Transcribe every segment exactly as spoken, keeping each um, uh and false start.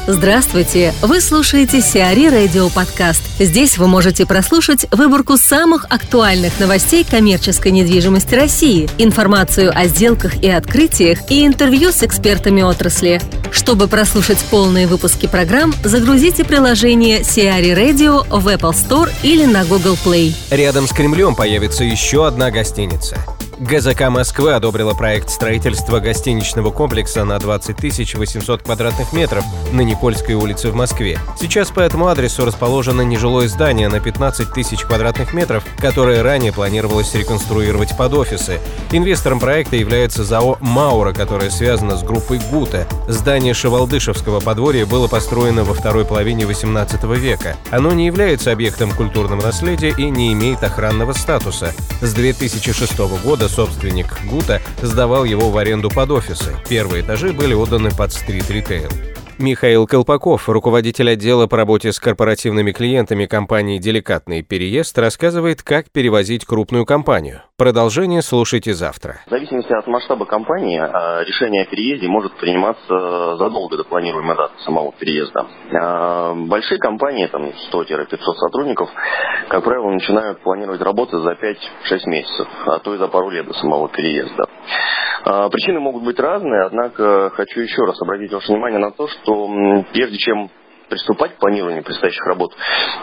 Здравствуйте! Вы слушаете Сиари Радио Подкаст. Здесь вы можете прослушать выборку самых актуальных новостей коммерческой недвижимости России, информацию о сделках и открытиях и интервью с экспертами отрасли. Чтобы прослушать полные выпуски программ, загрузите приложение Сиари Radio в Apple Store или на Google Play. Рядом с Кремлем появится еще одна гостиница. ГЗК Москвы одобрила проект строительства гостиничного комплекса на двадцать тысяч восемьсот квадратных метров на Никольской улице в Москве. Сейчас по этому адресу расположено нежилое здание на пятнадцать тысяч квадратных метров, которое ранее планировалось реконструировать под офисы. Инвестором проекта является ЗАО «Маура», которое связано с группой ГУТа. Здание Шевалдышевского подворья было построено во второй половине восемнадцатого века. Оно не является объектом культурного наследия и не имеет охранного статуса. С две тысячи шестого года собственник ГУТа сдавал его в аренду под офисы. Первые этажи были отданы под стрит-ритейл. Михаил Колпаков, руководитель отдела по работе с корпоративными клиентами компании «Деликатный переезд», рассказывает, как перевозить крупную компанию. Продолжение слушайте завтра. В зависимости от масштаба компании, решение о переезде может приниматься задолго до планируемой даты самого переезда. Большие компании, там сто-пятьсот сотрудников, как правило, начинают планировать работы за пять-шесть месяцев, а то и за пару лет до самого переезда. Причины могут быть разные, однако хочу еще раз обратить ваше внимание на то, что прежде чем приступать к планированию предстоящих работ,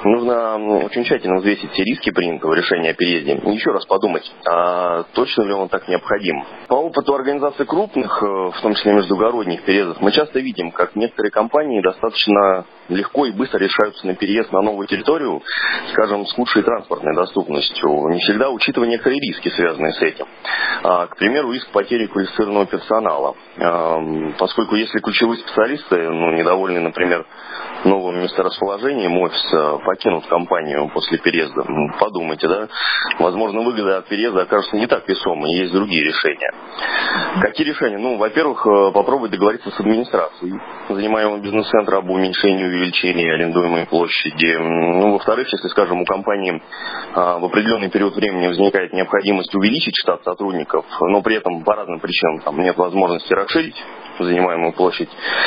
нужно очень тщательно взвесить все риски принятого решения о переезде и еще раз подумать, а точно ли он так необходим. По опыту организации крупных, в том числе междугородних переездов, мы часто видим, как некоторые компании достаточно легко и быстро решаются на переезд на новую территорию, скажем, с худшей транспортной доступностью, не всегда учитывая некоторые риски, связанные с этим. А, к примеру, риск потери квалифицированного персонала. А, поскольку если ключевые специалисты, ну, недовольны, например, новым месторасположением офиса, покинут компанию после переезда, подумайте, да, возможно, выгода от переезда окажется не так весомой, есть другие решения. Какие решения? Ну, во-первых, попробовать договориться с администрацией занимаемого бизнес-центра об уменьшении и увеличении арендуемой площади. Ну, во-вторых, если, скажем, у компании а, в определенный период времени возникает необходимость увеличить штат сотрудников, но при этом по разным причинам там нет возможности расширить занимаемую площадь,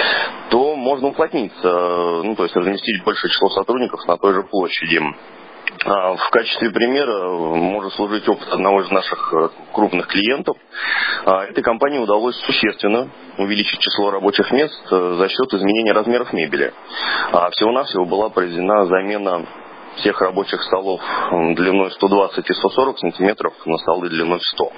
то можно уплотниться, ну, то есть разместить большее число сотрудников на той же площади. В качестве примера может служить опыт одного из наших крупных клиентов. Этой компании удалось существенно увеличить число рабочих мест за счет изменения размеров мебели. Всего-навсего была произведена замена всех рабочих столов длиной сто двадцать и сто сорок сантиметров на столы длиной сто.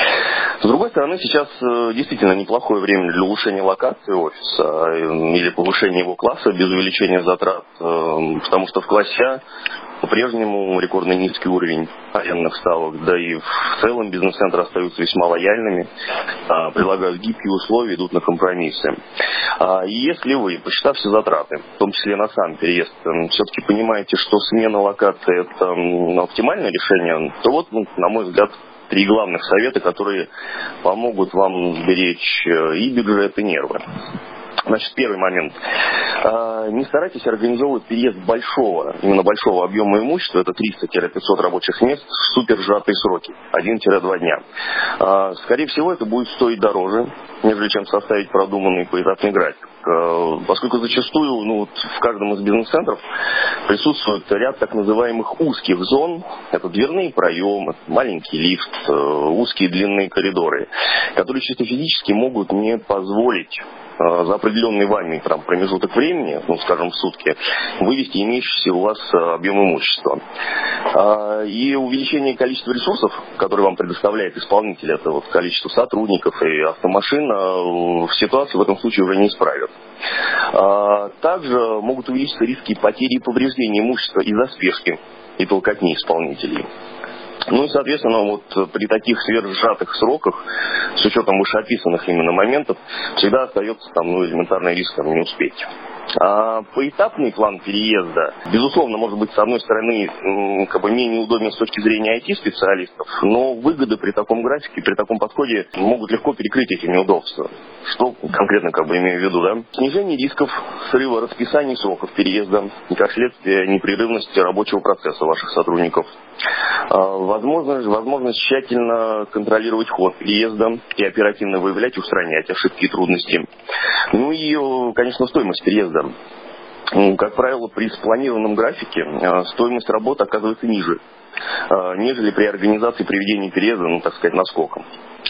С другой стороны, сейчас действительно неплохое время для улучшения локации офиса или повышения его класса без увеличения затрат, потому что в классе А по-прежнему рекордно низкий уровень арендных ставок, да и в целом бизнес-центры остаются весьма лояльными, предлагают гибкие условия, идут на компромиссы. И если вы, посчитав все затраты, в том числе на сам переезд, все-таки понимаете, что смена локации – это оптимальное решение, то вот, ну, на мой взгляд, три главных совета, которые помогут вам сберечь и бюджет, и нервы. Значит, первый момент. Не старайтесь организовывать переезд большого, именно большого объема имущества, это триста-пятьсот рабочих мест, в супер сжатые сроки, один-два дня. Скорее всего, это будет стоить дороже, нежели чем составить продуманный поэтапный график. Поскольку зачастую, ну, вот в каждом из бизнес-центров присутствует ряд так называемых узких зон, это дверные проемы, маленький лифт, узкие длинные коридоры, которые чисто физически могут не позволить за определенный вами там, промежуток времени, ну, скажем, в сутки, вывести имеющийся у вас объем имущества. И увеличение количества ресурсов, которые вам предоставляет исполнитель, это вот количество сотрудников и автомашин, в ситуации в этом случае уже не исправят. Также могут увеличиться риски потери и повреждения имущества из-за спешки и толкотни исполнителей. Ну и, соответственно, вот при таких сверхсжатых сроках, с учетом вышеописанных именно моментов, всегда остается там, ну, элементарный риск там, не успеть. А поэтапный план переезда, безусловно, может быть, с одной стороны, как бы менее удобен с точки зрения ай ти-специалистов, но выгоды при таком графике, при таком подходе могут легко перекрыть эти неудобства. Что конкретно как бы имею в виду, да? Снижение рисков, срыва расписаний сроков переезда и, как следствие, непрерывности рабочего процесса ваших сотрудников. Возможность, возможность тщательно контролировать ход переезда и оперативно выявлять и устранять ошибки и трудности. Ну и, конечно, стоимость переезда. Как правило, при спланированном графике стоимость работы оказывается ниже, нежели при организации проведения переезда, ну, так сказать, наскоком.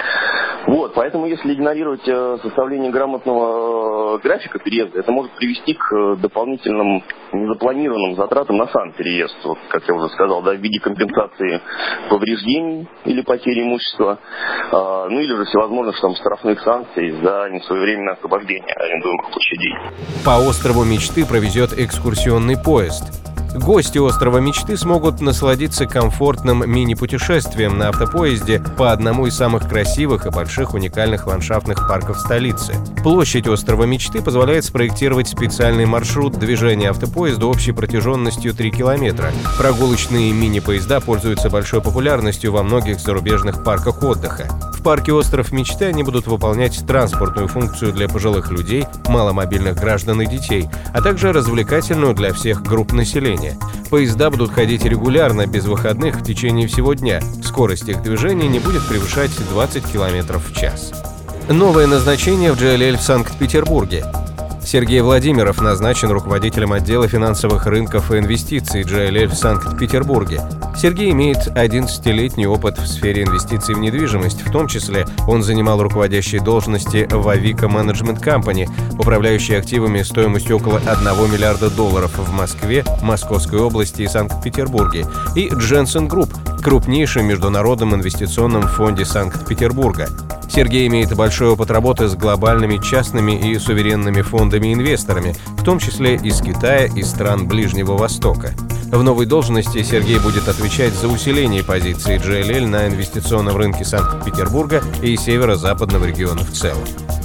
Вот, поэтому если игнорировать составление грамотного графика переезда, это может привести к дополнительным незапланированным затратам на сам переезд, вот, как я уже сказал, да, в виде компенсации повреждений или потери имущества, э, ну или же всевозможных там штрафных санкций за несвоевременное освобождение арендуемых площадей. По острову Мечты провезет экскурсионный поезд. Гости острова Мечты смогут насладиться комфортным мини-путешествием на автопоезде по одному из самых красивых и больших уникальных ландшафтных парков столицы. Площадь острова Мечты позволяет спроектировать специальный маршрут движения автопоезда общей протяженностью три километра. Прогулочные мини-поезда пользуются большой популярностью во многих зарубежных парках отдыха. В парке «Остров Мечты» они будут выполнять транспортную функцию для пожилых людей, маломобильных граждан и детей, а также развлекательную для всех групп населения. Поезда будут ходить регулярно, без выходных, в течение всего дня. Скорость их движения не будет превышать двадцать километров в час. Новое назначение в джей эл эль в Санкт-Петербурге. Сергей Владимиров назначен руководителем отдела финансовых рынков и инвестиций джей эл эль в Санкт-Петербурге. Сергей имеет одиннадцатилетний опыт в сфере инвестиций в недвижимость, в том числе он занимал руководящие должности в Авика Management Company, управляющей активами стоимостью около одного миллиарда долларов в Москве, Московской области и Санкт-Петербурге, и Jensen Group, крупнейшем международном инвестиционном фонде Санкт-Петербурга. Сергей имеет большой опыт работы с глобальными частными и суверенными фондами-инвесторами, в том числе из Китая и стран Ближнего Востока. В новой должности Сергей будет отвечать за усиление позиции джей эл эль на инвестиционном рынке Санкт-Петербурга и северо-западного региона в целом.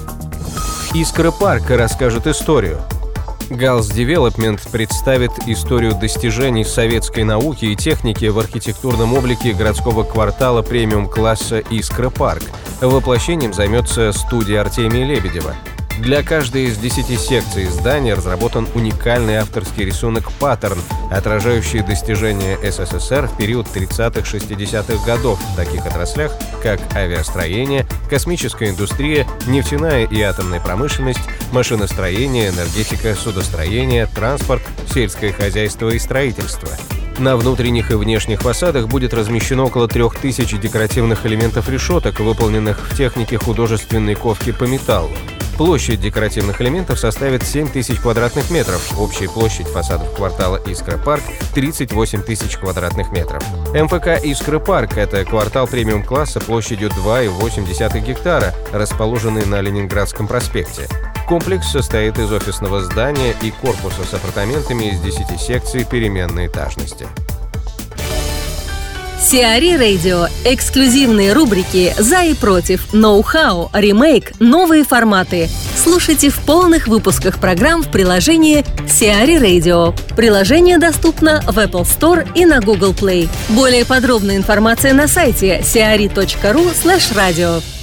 Искра Парк расскажет историю. Галс Девелопмент представит историю достижений советской науки и техники в архитектурном облике городского квартала премиум-класса «Искра Парк». Воплощением займется студия Артемия Лебедева. Для каждой из десяти секций здания разработан уникальный авторский рисунок «Паттерн», отражающий достижения эс эс эс эр в период тридцатых-шестидесятых годов в таких отраслях, как авиастроение, космическая индустрия, нефтяная и атомная промышленность, машиностроение, энергетика, судостроение, транспорт, сельское хозяйство и строительство. На внутренних и внешних фасадах будет размещено около трех тысяч декоративных элементов решеток, выполненных в технике художественной ковки по металлу. Площадь декоративных элементов составит семь тысяч квадратных метров. Общая площадь фасадов квартала «Искра Парк» – тридцать восемь тысяч квадратных метров. эм эф ка «Искра Парк» – это квартал премиум-класса площадью два и восемь десятых гектара, расположенный на Ленинградском проспекте. Комплекс состоит из офисного здания и корпуса с апартаментами из десяти секций переменной этажности. Сиари Radio. Эксклюзивные рубрики «За и против», «Ноу-хау», «Ремейк», «Новые форматы». Слушайте в полных выпусках программ в приложении Сиари Radio. Приложение доступно в Apple Store и на Google Play. Более подробная информация на сайте сиари точка ру слэш радио.